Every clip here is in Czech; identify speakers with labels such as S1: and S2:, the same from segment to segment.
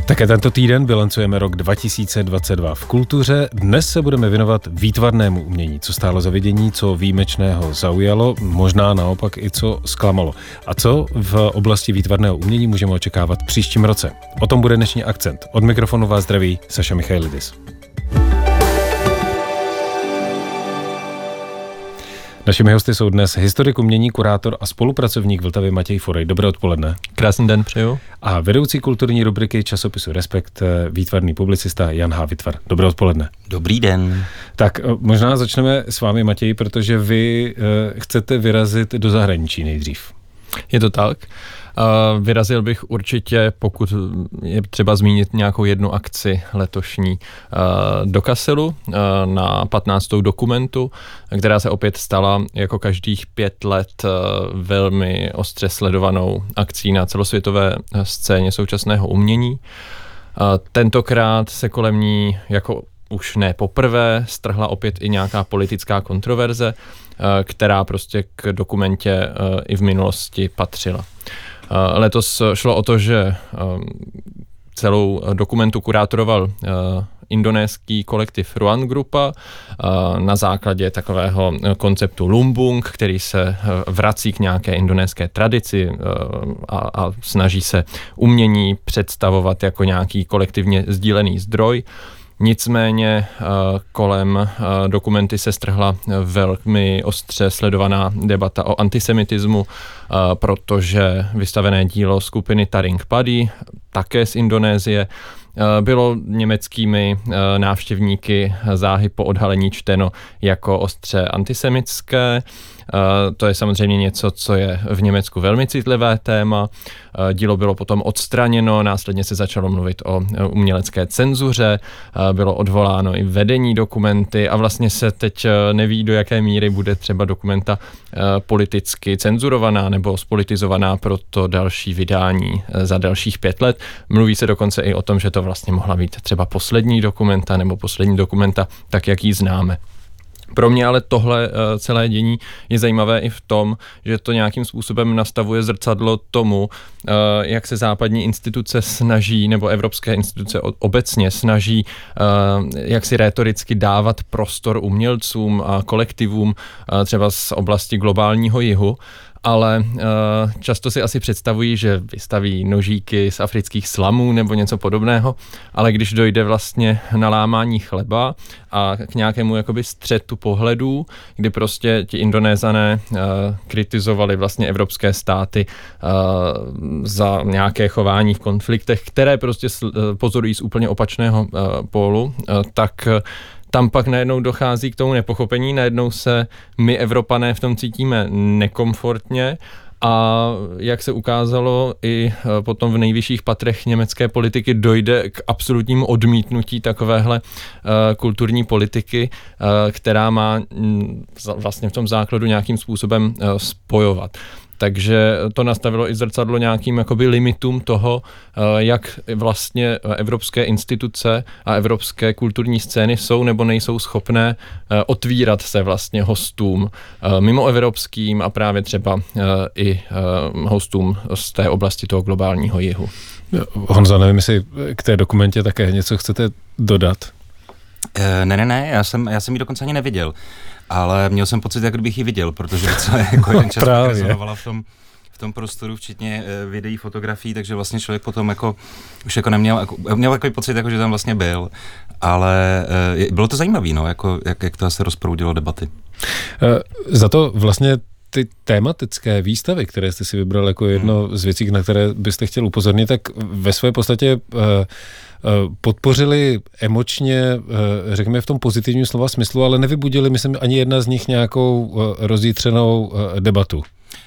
S1: Také tento týden bilancujeme rok 2022 v kultuře. Dnes se budeme věnovat výtvarnému umění. Co stálo za vidění, co výjimečného zaujalo, možná naopak i co zklamalo. A co v oblasti výtvarného umění můžeme očekávat v příštím roce. O tom bude dnešní akcent. Od mikrofonu vás zdraví Saša Michailidis. Našimi hosty jsou dnes historik umění, kurátor a spolupracovník Vltavy Matěj Forej. Dobré odpoledne.
S2: Krásný den přeju.
S1: A vedoucí kulturní rubriky časopisu Respekt, výtvarný publicista Jan H. Vitvar. Dobré odpoledne.
S3: Dobrý den.
S1: Tak možná začneme s vámi, Matěj, protože vy chcete vyrazit do zahraničí nejdřív.
S2: Je to tak. Vyrazil bych určitě, pokud je třeba zmínit nějakou jednu akci letošní, do Kasselu na 15. dokumentu, která se opět stala jako každých 5 let velmi ostře sledovanou akcí na celosvětové scéně současného umění. Tentokrát se kolem ní jako už ne poprvé strhla opět i nějaká politická kontroverze, která prostě k dokumentě i v minulosti patřila. Letos šlo o to, že celou dokumentu kurátoroval indonéský kolektiv Ruan Grupa na základě takového konceptu lumbung, který se vrací k nějaké indonéské tradici a snaží se umění představovat jako nějaký kolektivně sdílený zdroj. Nicméně kolem dokumenty se strhla velmi ostře sledovaná debata o antisemitismu, protože vystavené dílo skupiny Taring Padi, také z Indonésie, bylo německými návštěvníky záhy po odhalení čteno jako ostře antisemitské. To je samozřejmě něco, co je v Německu velmi citlivé téma. Dílo bylo potom odstraněno, následně se začalo mluvit o umělecké cenzuře, bylo odvoláno i vedení dokumenty a vlastně se teď neví, do jaké míry bude třeba dokumenta politicky cenzurovaná nebo spolitizovaná pro to další vydání za dalších 5 let. Mluví se dokonce i o tom, že to vlastně mohla být třeba poslední dokumenta nebo poslední dokumenta, tak jak ji známe. Pro mě ale tohle celé dění je zajímavé i v tom, že to nějakým způsobem nastavuje zrcadlo tomu, jak se západní instituce snaží, nebo evropské instituce obecně snaží, jak si rétoricky dávat prostor umělcům a kolektivům třeba z oblasti globálního jihu, ale často si asi představují, že vystaví nožíky z afrických slamů nebo něco podobného, ale když dojde vlastně na lámání chleba a k nějakému jakoby střetu pohledů, kdy prostě ti Indonézané kritizovali vlastně evropské státy za nějaké chování v konfliktech, které prostě pozorují z úplně opačného pólu, tak tam pak najednou dochází k tomu nepochopení, najednou se my Evropané v tom cítíme nekomfortně a jak se ukázalo i potom v nejvyšších patrech německé politiky dojde k absolutnímu odmítnutí takovéhle kulturní politiky, která má vlastně v tom základu nějakým způsobem spojovat. Takže to nastavilo i zrcadlo nějakým jakoby limitům toho, jak vlastně evropské instituce a evropské kulturní scény jsou nebo nejsou schopné otvírat se vlastně hostům mimoevropským a právě třeba i hostům z té oblasti toho globálního jihu.
S1: Honzo, nevím, jestli k té dokumentě také něco chcete dodat?
S3: Ne, já jsem ji dokonce ani neviděl. Ale měl jsem pocit, jak kdybych ji viděl, protože docela jako jeden čas rezonovala v tom prostoru, včetně videí, fotografií, takže vlastně člověk potom jako už jako měl takový pocit, jako že tam vlastně byl. Ale bylo to zajímavé, no, jako, jak to se rozproudilo debaty.
S1: Za to vlastně ty tematické výstavy, které jste si vybral jako jedno z věcí, na které byste chtěl upozornit, tak ve své podstatě podpořili emočně, řekněme v tom pozitivním slova smyslu, ale nevybudili, myslím, ani jedna z nich nějakou rozjitřenou debatu.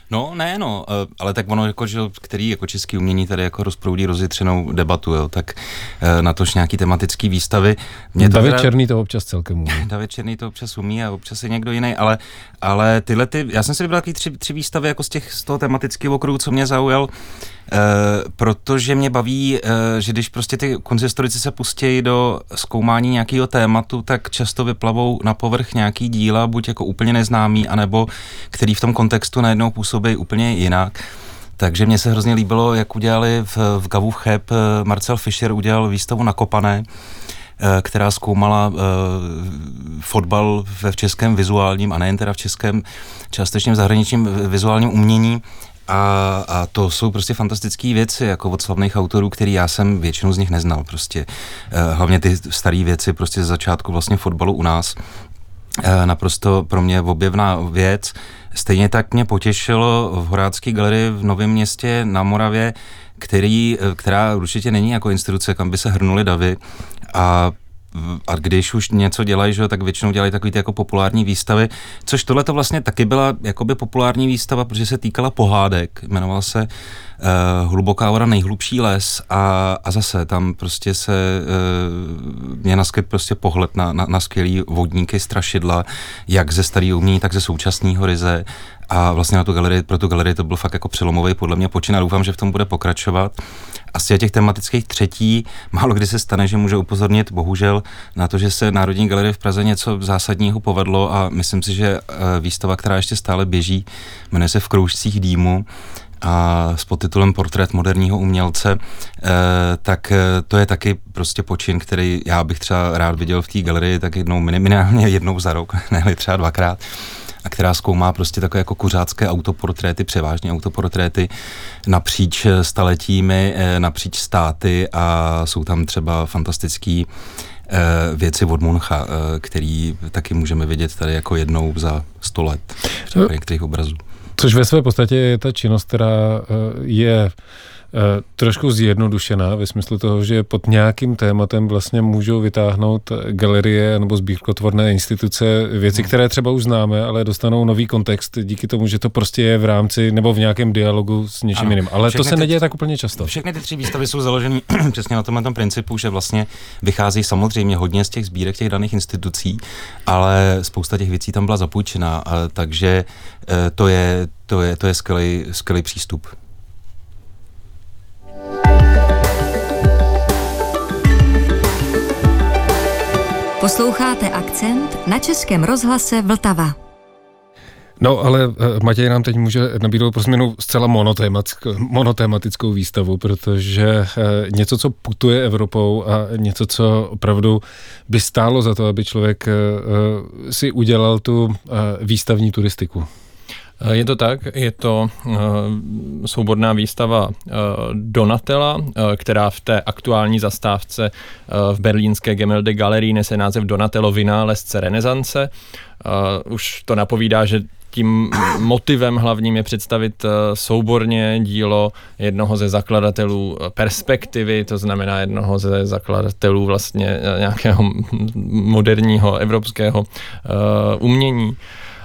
S3: Ale tak ono, jako, že, který jako český umění tady jako rozproudí rozjitřenou debatu, jo, tak na tož nějaký tematický výstavy.
S1: David Černý to občas celkem umí.
S3: David Černý to občas umí a občas je někdo jiný, ale já jsem si vybral takový 3 výstavy jako z toho tematického okruhu, co mě zaujal, protože mě baví, že když prostě ty kunsthistorici se pustí do zkoumání nějakého tématu, tak často vyplavou na povrch nějaký díla, buď jako úplně neznámý, anebo který v tom kontextu najednou působí úplně jinak. Takže mně se hrozně líbilo, jak udělali v Gavu Cheb, Marcel Fischer udělal výstavu Nakopané, která zkoumala fotbal v českém vizuálním, a nejen teda v českém, částečně v zahraničním vizuálním umění. A to jsou prostě fantastické věci, jako od slavných autorů, který já jsem většinu z nich neznal prostě. Hlavně ty staré věci prostě ze začátku vlastně fotbalu u nás. Naprosto pro mě objevná věc. Stejně tak mě potěšilo v Horácký galerii v Novém Městě na Moravě, která určitě není jako instituce, kam by se hrnuly davy. A když už něco dělají, že, tak většinou dělají takový ty jako populární výstavy, což tohle to vlastně taky byla jakoby populární výstava, protože se týkala pohádek, jmenoval se Hluboká voda, nejhlubší les a zase tam prostě se mě naskyt prostě pohled na skvělý vodníky, strašidla, jak ze starého umění, tak ze současného ryze. A vlastně pro tu galerii to byl fakt jako přelomový podle mě počin a doufám, že v tom bude pokračovat. A z těch tematických třetí málo kdy se stane, že může upozornit bohužel na to, že se Národní galerii v Praze něco zásadního povedlo a myslím si, že výstava, která ještě stále běží, jmenuje se V kroužcích dýmu a s podtitulem Portrét moderního umělce, tak to je taky prostě počin, který já bych třeba rád viděl v té galerii tak minimálně jednou za rok, ne třeba dvakrát, a která zkoumá prostě takové jako kuřácké autoportréty, převážně autoportréty napříč staletími, napříč státy a jsou tam třeba fantastický věci od Muncha, který taky můžeme vidět tady jako jednou za 100 let, třeba některých obrazů.
S1: Což ve své podstatě je ta činnost, která je trošku zjednodušená ve smyslu toho, že pod nějakým tématem vlastně můžou vytáhnout galerie nebo sbírkotvorné instituce věci, které třeba už známe, ale dostanou nový kontext díky tomu, že to prostě je v rámci nebo v nějakém dialogu s něčím jiným. Ale to se neděje tak úplně často.
S3: Všechny ty 3 výstavy jsou založeny přesně na tomhle principu, že vlastně vychází samozřejmě hodně z těch sbírek těch daných institucí, ale spousta těch věcí tam byla zapůjčená, takže to je skvělý přístup.
S4: Posloucháte Akcent na Českém rozhlase Vltava.
S1: No, ale Matěj nám teď může nabídnout pro změnu zcela monotématickou výstavu, protože něco, co putuje Evropou a něco, co opravdu by stálo za to, aby člověk si udělal tu výstavní turistiku.
S2: Je to tak, je to souborná výstava Donatella, která v té aktuální zastávce v berlínské Gemälde Galerii nese název Donatello vynálezce renesance. Už to napovídá, že tím motivem hlavním je představit souborně dílo jednoho ze zakladatelů perspektivy, to znamená jednoho ze zakladatelů vlastně nějakého moderního evropského umění.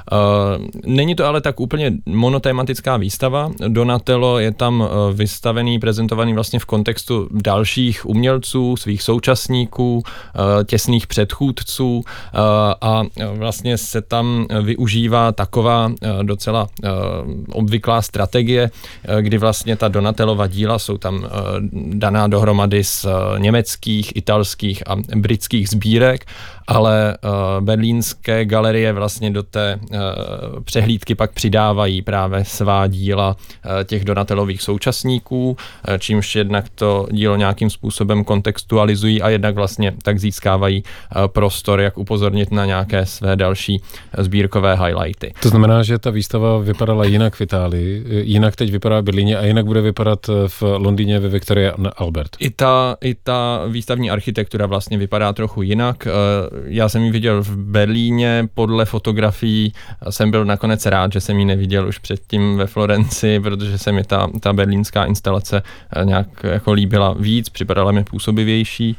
S2: Není to ale tak úplně monotématická výstava. Donatello je tam vystavený, prezentovaný vlastně v kontextu dalších umělců, svých současníků, těsných předchůdců a vlastně se tam využívá taková docela obvyklá strategie, kdy vlastně ta Donatellova díla jsou tam daná dohromady z německých, italských a britských sbírek, ale berlínské galerie vlastně do té přehlídky pak přidávají právě svá díla těch Donatellových současníků, čímž jednak to dílo nějakým způsobem kontextualizují a jednak vlastně tak získávají prostor, jak upozornit na nějaké své další sbírkové highlighty.
S1: To znamená, že ta výstava vypadala jinak v Itálii, jinak teď vypadá v Berlíně a jinak bude vypadat v Londýně ve Victoria and Albert.
S2: I ta výstavní architektura vlastně vypadá trochu jinak. Já jsem ji viděl v Berlíně, podle fotografií jsem byl nakonec rád, že jsem ji neviděl už předtím ve Florencii, protože se mi ta berlínská instalace nějak jako líbila víc, připadala mi působivější.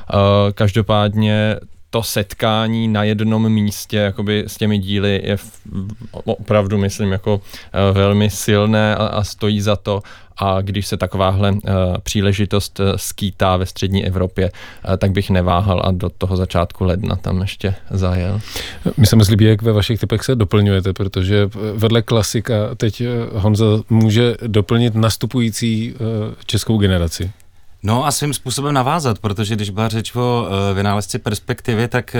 S2: Každopádně to setkání na jednom místě jakoby s těmi díly je opravdu, myslím, jako velmi silné a stojí za to. A když se takováhle příležitost skýtá ve střední Evropě, tak bych neváhal a do toho začátku ledna tam ještě zajel.
S1: My se líbí, jak ve vašich typech se doplňujete, protože vedle klasika teď Honza může doplnit nastupující českou generaci.
S3: No a svým způsobem navázat, protože když byla řeč o vynálezci perspektivy, tak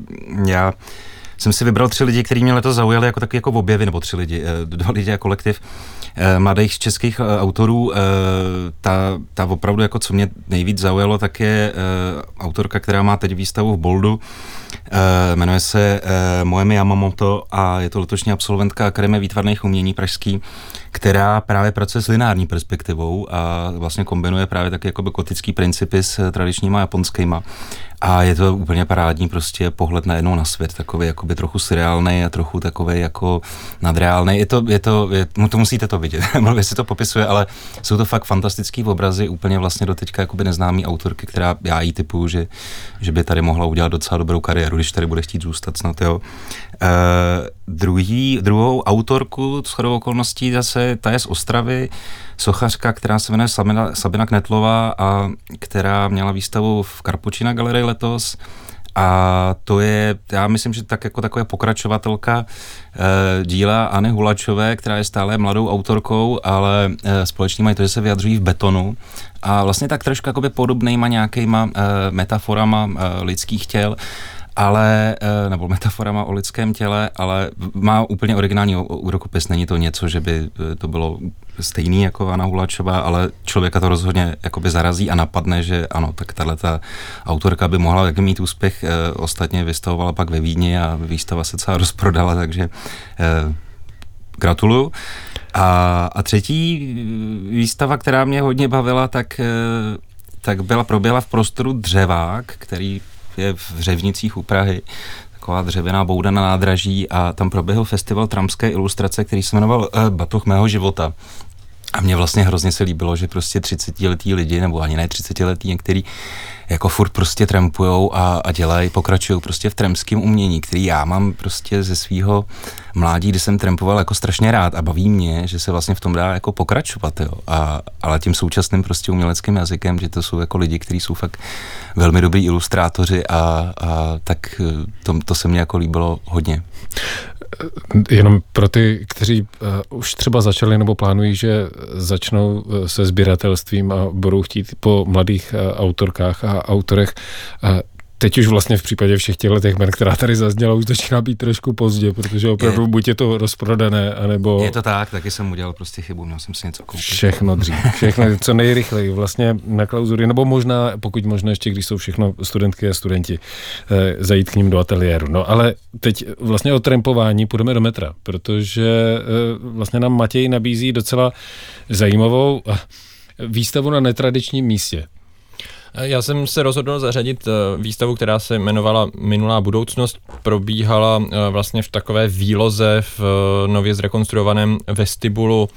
S3: já jsem si vybral 3 lidi, kteří mě letos zaujali jako taky jako objevy, nebo 3 lidi, 2 lidi a kolektiv. mladých českých autorů. Ta opravdu, jako co mě nejvíc zaujalo, tak je autorka, která má teď výstavu v Boldu. Jmenuje se Moemi Yamamoto a je to letošní absolventka Akademie výtvarných umění pražský, která právě pracuje s lineární perspektivou a vlastně kombinuje právě taky jakoby gotický principy s tradičníma japonskýma. A je to úplně parádní prostě pohled najednou na svět, takový jakoby trochu surreálnej a trochu takový jako nadreálnej. To musíte to vidět, mluvě si to popisuje, ale jsou to fakt fantastický obrazy, úplně vlastně doteďka jakoby neznámý autorky, která já jí typuju, že by tady mohla udělat docela dobrou kariéru, když tady bude chtít zůstat snad, jo. Druhou autorku shodou okolností zase, ta je z Ostravy, sochařka, která se jmenuje Sabina Knetlová a která měla výstavu v Karpočina galerii letos. A to je, já myslím, že tak jako taková pokračovatelka díla Anny Hulačové, která je stále mladou autorkou, ale společně mají to, že se vyjadřují v betonu a vlastně tak trošku jakoby podobnejma nějakýma metaforama lidských těl, nebo metaforama o lidském těle, ale má úplně originální rukopis. Není to něco, že by to bylo stejný jako Anna Hulačová, ale člověka to rozhodně jakoby zarazí a napadne, že ano, tak tahleta autorka by mohla mít úspěch. Ostatně vystavovala pak ve Vídni a výstava se celá rozprodala, takže gratuluju. A třetí výstava, která mě hodně bavila, tak proběhla v prostoru Dřevák, který je v Řevnicích u Prahy, taková dřevěná bouda na nádraží a tam proběhl festival tramské ilustrace, který se jmenoval Batoh mého života. A mně vlastně hrozně se líbilo, že prostě 30letí lidi, nebo ani ne 30letí, některý jako furt prostě trampujou a pokračují prostě v trampském umění, který já mám prostě ze svýho mládí, kdy jsem trampoval jako strašně rád a baví mě, že se vlastně v tom dá jako pokračovat, jo. Ale tím současným prostě uměleckým jazykem, že to jsou jako lidi, kteří jsou fakt velmi dobrý ilustrátoři a tak to se mně jako líbilo hodně.
S1: Jenom pro ty, kteří už třeba začali nebo plánují, že začnou se sběratelstvím a budou chtít po mladých autorkách a autorech, teď už vlastně v případě všech těch men, která tady zazněla, už začíná být trošku pozdě, protože opravdu buď je to rozprodané, anebo...
S3: Je to tak, taky jsem udělal prostě chybu, měl jsem si něco koupit.
S1: Všechno dřív, co nejrychleji, vlastně na klauzury, nebo možná, pokud možná ještě, když jsou všechno studentky a studenti, zajít k ním do ateliéru. No ale teď vlastně o trampování půjdeme do metra, protože vlastně nám Matěj nabízí docela zajímavou výstavu na netradičním místě.
S2: Já jsem se rozhodl zařadit výstavu, která se jmenovala Minulá budoucnost. Probíhala vlastně v takové výloze v nově zrekonstruovaném vestibulu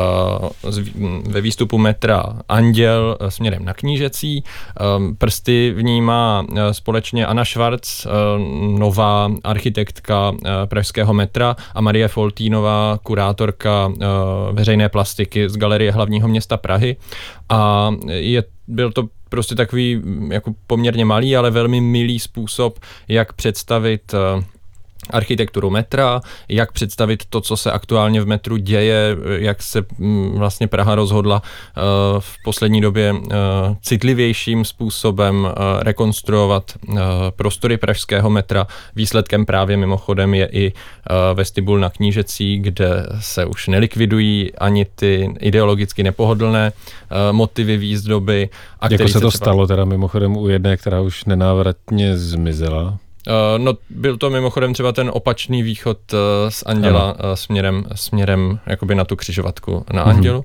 S2: ve výstupu metra Anděl směrem na Knížecí. Prsty v ní má společně Anna Schwarz, nová architektka pražského metra, a Marie Foltínová, kurátorka veřejné plastiky z Galerie hlavního města Prahy. A byl to prostě takový jako poměrně malý, ale velmi milý způsob, jak představit architekturu metra, jak představit to, co se aktuálně v metru děje, jak se vlastně Praha rozhodla v poslední době citlivějším způsobem rekonstruovat prostory pražského metra. Výsledkem právě mimochodem je i vestibul na Knížecí, kde se už nelikvidují ani ty ideologicky nepohodlné motivy výzdoby.
S1: Jako se to stalo teda mimochodem u jedné, která už nenávratně zmizela?
S2: No, byl to mimochodem třeba ten opačný východ z Anděla směrem jakoby na tu křižovatku na Andělu.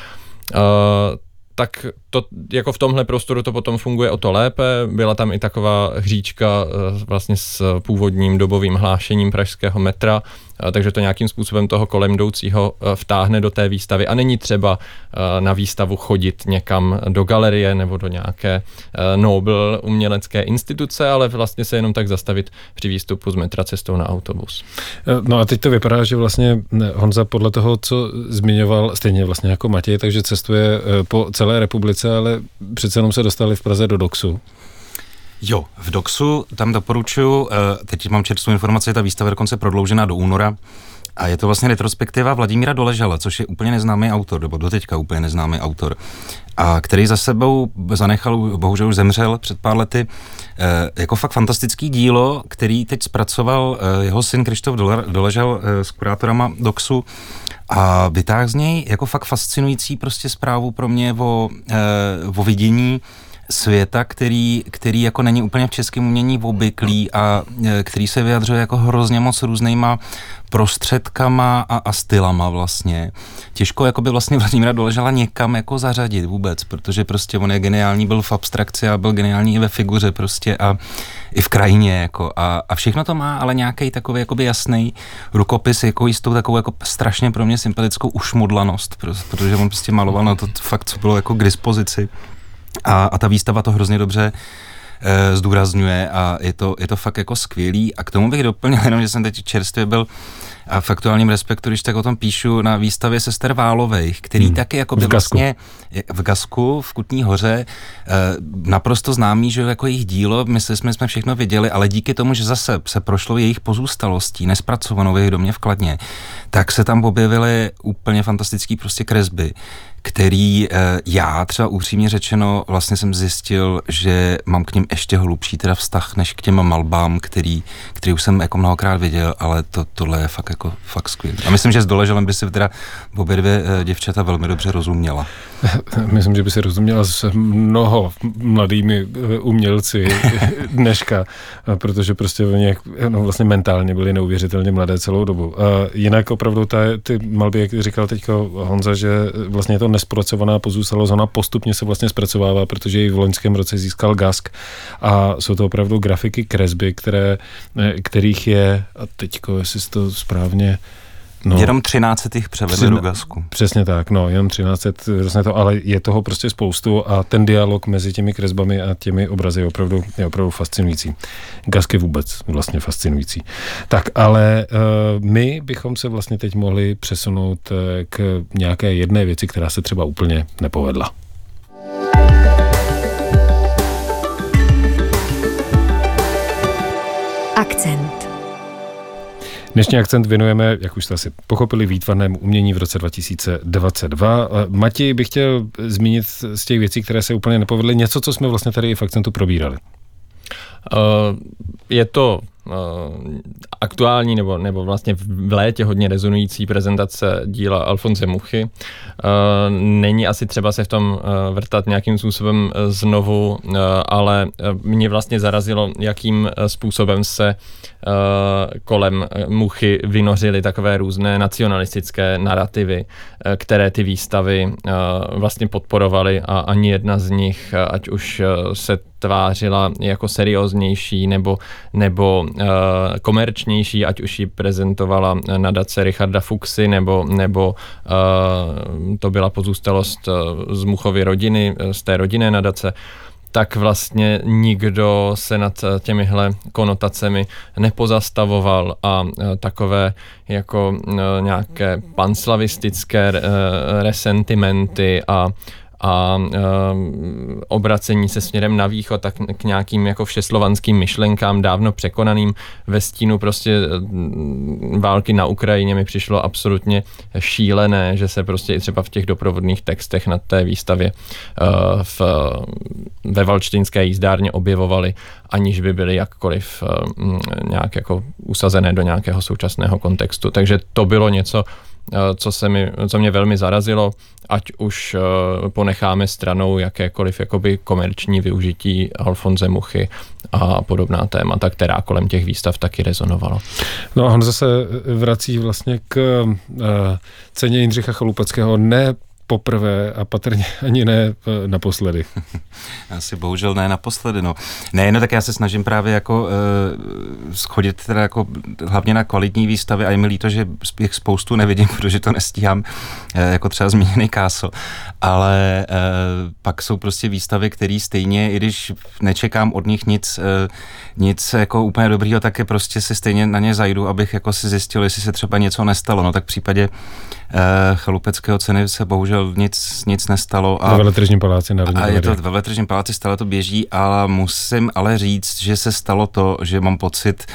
S2: Tak to jako v tomhle prostoru to potom funguje o to lépe. Byla tam i taková hříčka vlastně s původním dobovým hlášením pražského metra, takže to nějakým způsobem toho kolem jdoucího vtáhne do té výstavy a není třeba na výstavu chodit někam do galerie nebo do nějaké Nobel umělecké instituce, ale vlastně se jenom tak zastavit při výstupu z metra cestou na autobus.
S1: No a teď to vypadá, že vlastně Honza podle toho, co zmiňoval, stejně vlastně jako Matěj, takže cestuje po celé republice, ale přece jenom se dostali v Praze do Doxu.
S3: Jo, v Doxu tam doporučuji, teď mám čerstvou informaci, ta výstava je dokonce prodloužená do února, A je to vlastně retrospektiva Vladimíra Doležala, což je úplně neznámý autor, nebo doteďka úplně neznámý autor, a který za sebou zanechal, bohužel už zemřel před pár lety, jako fakt fantastický dílo, který teď zpracoval jeho syn Krištof Doležal s kurátorama DOXu a vytáhl z něj jako fakt fascinující prostě zprávu pro mě o vidění světa, který jako není úplně v českém umění obvyklý a který se vyjadřuje jako hrozně moc různýma prostředkama a stylama vlastně. Těžko jako by vlastně Vladimíra Doležala někam jako zařadit vůbec, protože prostě on je geniální, byl v abstrakci a byl geniální i ve figuře prostě a i v krajině jako a všechno to má, ale nějaký takový jakoby jasný rukopis, jako jistou takovou jako strašně pro mě sympatickou ušmudlanost, protože on prostě maloval na to fakt, co bylo jako k dispozici. A ta výstava to hrozně dobře zdůrazňuje a je to fakt jako skvělý. A k tomu bych doplnil jenom, že jsem teď čerstvě byl a v Aktuálním Respektu, když tak o tom píšu, na výstavě sester Válovejch, který taky jako by vlastně v Gasku, v Kutní Hoře, naprosto známý, že jako jejich dílo, mysleli jsme všechno viděli, ale díky tomu, že zase se prošlo jejich pozůstalostí, nespracovanou v jejich domě v Kladně, tak se tam objevily úplně fantastický prostě kresby, který já třeba upřímně řečeno vlastně jsem zjistil, že mám k nim ještě hlubší teda vztah, než k těm malbám, který už jsem jako mnohokrát viděl, ale tohle je fakt skvělé. A myslím, že s Doležalem by si teda obě dvě děvčata velmi dobře rozuměla.
S1: Myslím, že by si rozuměla s mnoho mladými umělci dneška, protože prostě oni vlastně mentálně byli neuvěřitelně mladé celou dobu. Jinak opravdu ty malby, jak říkal teďka Honza, že vlastně je to nespracovaná pozůstalost, ona postupně se vlastně zpracovává, protože ji v loňském roce získal Gask a jsou to opravdu grafiky, kresby, kterých je, a teďko, jestli si to správně...
S3: Jenom 13 těch převedli do Gasku.
S1: Přesně tak, jenom 13, vlastně to, ale je toho prostě spoustu a ten dialog mezi těmi kresbami a těmi obrazy je opravdu fascinující. Gask je vůbec vlastně fascinující. Tak, ale my bychom se vlastně teď mohli přesunout k nějaké jedné věci, která se třeba úplně nepovedla.
S4: Akcent.
S1: Dnešní akcent věnujeme, jak už jste asi pochopili, výtvarnému umění v roce 2022. Matěj bych chtěl zmínit z těch věcí, které se úplně nepovedly, něco, co jsme vlastně tady i v akcentu probírali.
S2: Je to aktuální nebo vlastně v létě hodně rezonující prezentace díla Alfonse Muchy. Není asi třeba se v tom vrtat nějakým způsobem znovu, ale mě vlastně zarazilo, jakým způsobem se kolem Muchy vynořily takové různé nacionalistické narrativy, které ty výstavy vlastně podporovaly a ani jedna z nich, ať už se tvářila jako serióznější nebo komerčnější, ať už ji prezentovala nadace Richarda Fuchsy, nebo to byla pozůstalost z Muchovy rodiny, z té rodinné nadace, tak vlastně nikdo se nad těmihle konotacemi nepozastavoval a takové jako nějaké panslavistické resentimenty a obracení se směrem na východ, tak k nějakým jako všeslovanským myšlenkám dávno překonaným ve stínu prostě války na Ukrajině mi přišlo absolutně šílené, že se prostě i třeba v těch doprovodných textech na té výstavě ve Valštejnské jízdárně objevovaly, aniž by byly jakkoliv nějak jako usazené do nějakého současného kontextu. Takže to bylo něco, co mě velmi zarazilo, ať už ponecháme stranou jakékoliv jakoby komerční využití Alfonse Muchy a podobná témata, která kolem těch výstav taky rezonovala.
S1: No a on zase vrací vlastně k ceně Jindřicha Chalupeckého ne poprvé a patrně ani ne naposledy.
S3: Asi bohužel ne naposledy, no. Ne, tak já se snažím právě jako schodit teda jako hlavně na kvalitní výstavy a je mi líto, že jich spoustu nevidím, protože to nestíhám, jako třeba zmíněný Kásl. Ale pak jsou prostě výstavy, které stejně, i když nečekám od nich nic jako úplně dobrýho, tak je prostě si stejně na ně zajdu, abych jako si zjistil, jestli se třeba něco nestalo. No tak v případě chalupeckého ceny se bohužel nic nestalo.
S1: Ve Veletržním paláci Národní
S3: galerie.
S1: A je
S3: to ve Veletržním paláci stále to běží, ale musím ale říct, že se stalo to, že mám pocit,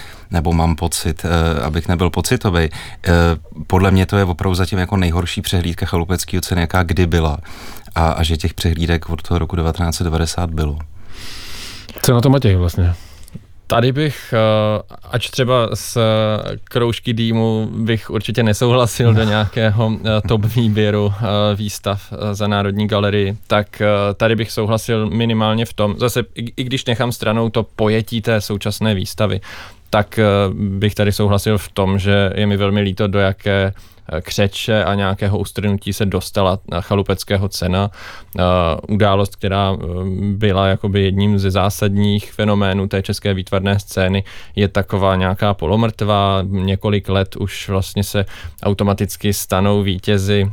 S3: abych nebyl pocitový. Podle mě to je opravdu zatím jako nejhorší přehlídka chalupeckého ceny, jaká kdy byla. A že těch přehlídek od toho roku 1990 bylo.
S1: Co na to Matěj vlastně?
S2: Tady bych, ač třeba z kroužky dýmu bych určitě nesouhlasil do nějakého top výběru výstav za Národní galerii, tak tady bych souhlasil minimálně v tom, zase i když nechám stranou to pojetí té současné výstavy, tak bych tady souhlasil v tom, že je mi velmi líto, do jaké křeče a nějakého ustrnutí se dostala chalupeckého cena. Událost, která byla jakoby jedním ze zásadních fenoménů té české výtvarné scény, je taková nějaká polomrtvá. Několik let už vlastně se automaticky stanou vítězi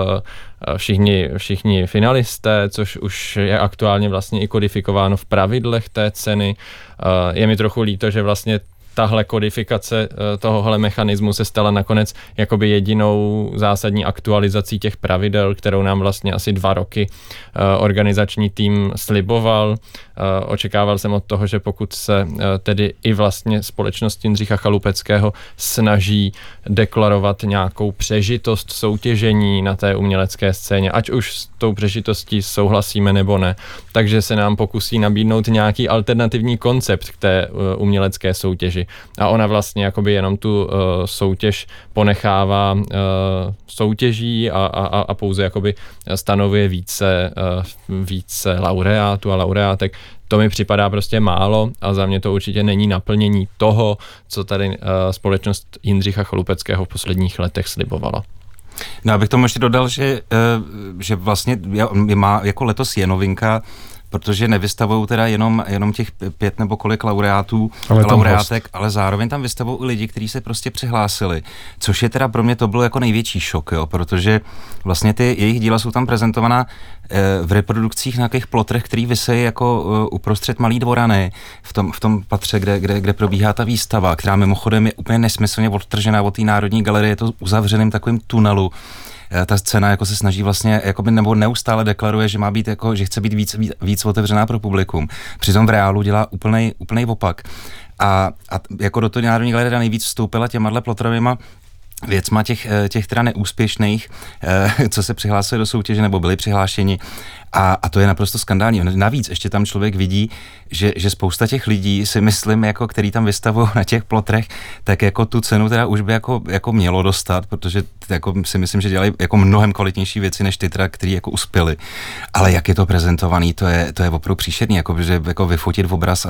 S2: všichni finalisté, což už je aktuálně vlastně i kodifikováno v pravidlech té ceny. Je mi trochu líto, že vlastně tahle kodifikace tohohle mechanismu se stala nakonec jakoby jedinou zásadní aktualizací těch pravidel, kterou nám vlastně asi 2 roky organizační tým sliboval. Očekával jsem od toho, že pokud se tedy i vlastně společnost Jindřicha Chalupeckého snaží deklarovat nějakou přežitost soutěžení na té umělecké scéně, ať už s tou přežitostí souhlasíme nebo ne, takže se nám pokusí nabídnout nějaký alternativní koncept k té umělecké soutěži. A ona vlastně jakoby jenom tu soutěž ponechává soutěží a pouze jakoby stanovuje více laureátů a laureátek. To mi připadá prostě málo a za mě to určitě není naplnění toho, co tady společnost Jindřicha Chalupeckého v posledních letech slibovala.
S3: No, abych tomu ještě dodal, že vlastně má jako letos je novinka, protože nevystavují teda jenom těch 5 nebo kolik laureátek, ale zároveň tam vystavují i lidi, kteří se prostě přihlásili, což je teda pro mě to bylo jako největší šok, jo, protože vlastně ty jejich díla jsou tam prezentovaná v reprodukcích na nějakých plotrech, který visejí jako uprostřed Malý Dvorany, v tom patře, kde probíhá ta výstava, která mimochodem je úplně nesmyslně odtržená od té Národní galerie, je to uzavřeným takovým tunelu. Ta scéna jako se snaží vlastně, jakoby, nebo neustále deklaruje, že má být jako, že chce být víc otevřená pro publikum. Přitom v reálu dělá úplnej opak. A jako do toho Národní galerie nejvíc vstoupila těma plotrovýma věcma těch teda neúspěšných, co se přihlásili do soutěže nebo byli přihlášeni. A to je naprosto skandální. Navíc ještě tam člověk vidí, že spousta těch lidí si myslím, jako který tam vystavují na těch plotrech, tak jako tu cenu teda už by jako mělo dostat, protože jako si myslím, že dělají jako mnohem kvalitnější věci než ty teda, který jako uspěli. Ale jak je to prezentovaný, to je opravdu příšerný, jako že jako vyfotit obraz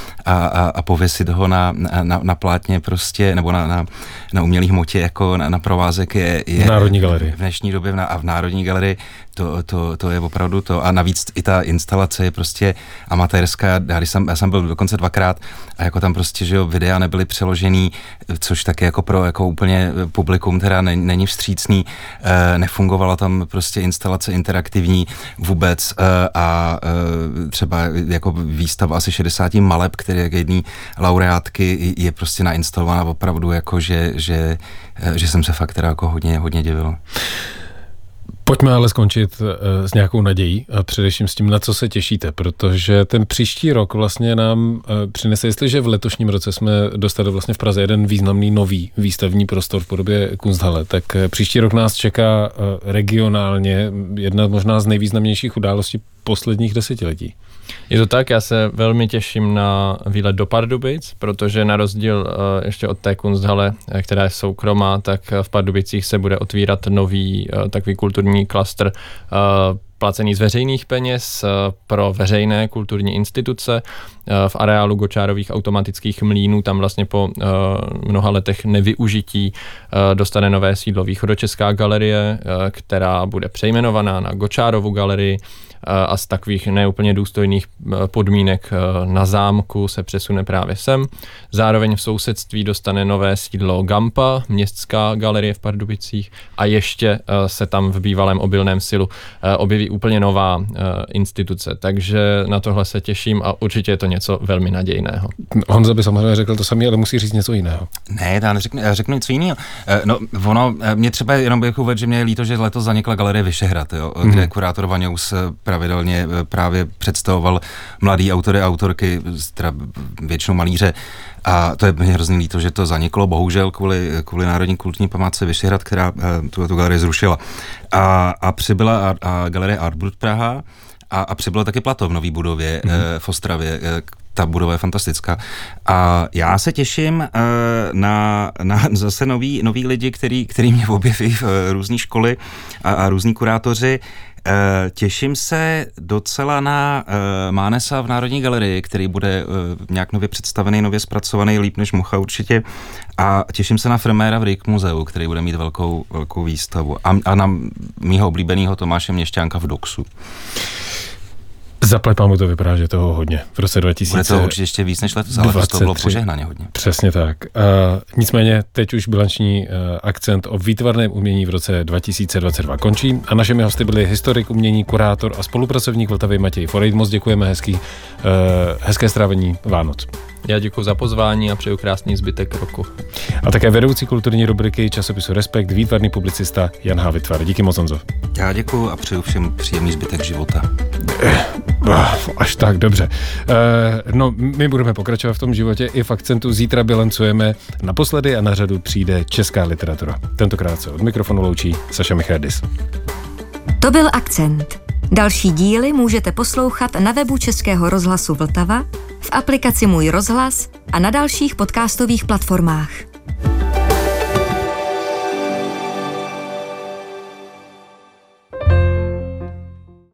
S3: a pověsit ho na plátně prostě, nebo na umělý hmotě, jako na provázek je v
S1: Národní galerii.
S3: V dnešní době a v Národní galerii to je opravdu to. A navíc i ta instalace je prostě amatérská. Já jsem byl dokonce 2krát a jako tam prostě, že jo, videa nebyly přeložený, což taky jako pro jako úplně publikum teda není vstřícný. Nefungovala tam prostě instalace interaktivní vůbec a třeba jako výstava asi 60 maleb, které jak jedný laureátky je prostě nainstalovaná opravdu jako, že jsem se fakt teda jako hodně divil.
S1: Pojďme ale skončit s nějakou nadějí a především s tím, na co se těšíte, protože ten příští rok vlastně nám přinese, jestliže v letošním roce jsme dostali vlastně v Praze jeden významný nový výstavní prostor v podobě Kunsthalle, tak příští rok nás čeká regionálně jedna možná z nejvýznamnějších událostí posledních desetiletí.
S2: Je to tak, já se velmi těším na výlet do Pardubic, protože na rozdíl ještě od té Kunsthalle, která je soukromá, tak v Pardubicích se bude otvírat nový takový kulturní klastr placený z veřejných peněz pro veřejné kulturní instituce v areálu Gočárových automatických mlýnů. Tam vlastně po mnoha letech nevyužití dostane nové sídlo Východočeská galerie, která bude přejmenovaná na Gočárovu galerii. a z takových neúplně důstojných podmínek na zámku se přesune právě sem. Zároveň v sousedství dostane nové sídlo Gampa, městská galerie v Pardubicích, a ještě se tam v bývalém obilném silu objeví úplně nová instituce. Takže na tohle se těším a určitě je to něco velmi nadějného.
S1: Honza by samozřejmě řekl to samé, ale musí říct něco jiného.
S3: Ne, já řeknu něco jiného. No, mě třeba jenom bych uvedl, že mě je líto, že letos zanikla galerie Vyšehrad, kde kurátor Vaňous pravidelně právě představoval mladý autory a autorky, teda většinou malíře. A to je mě hrozně líto, že to zaniklo, bohužel kvůli Národní kulturní památce Vyšehrad, která tu galerii zrušila. A přibyla galerie Artbrut Praha a přibyla taky Plato v nový budově v Ostravě. Ta budova je fantastická. A já se těším na zase nový lidi, který mě objeví v různé školy a různí kurátoři. Těším se docela na Mánesa v Národní galerii, který bude nějak nově představený, nově zpracovaný, líp než Mucha určitě. A těším se na Vermeera v Rijksmuzeu, který bude mít velkou výstavu. A na mýho oblíbeného Tomáše Měšťánka v Doxu.
S1: Zaplať pámu, to vypadá, že toho hodně. V roce 2000.
S3: Bude to určitě ještě víc než letos, ale to bylo požehnaně hodně.
S1: Přesně tak. Nicméně teď už bilanční akcent o výtvarném umění v roce 2022 končí a našimi hosty byli historik umění, kurátor a spolupracovník Vltavy Matěj Forejt. Moc děkujeme, hezké strávení Vánoc.
S2: Já děkuji za pozvání a přeju krásný zbytek roku.
S1: A také vedoucí kulturní rubriky časopisu Respekt, výtvarný publicista Jan H. Witwer. Díky moc, Honzo.
S3: Já děkuji a přeju všem příjemný zbytek života.
S1: Až tak, dobře. No, my budeme pokračovat v tom životě i v akcentu. Zítra bilancujeme naposledy a na řadu přijde česká literatura. Tentokrát se od mikrofonu loučí Saša Michaelis.
S4: To byl Akcent. Další díly můžete poslouchat na webu Českého rozhlasu Vltava, v aplikaci Můj rozhlas a na dalších podcastových platformách.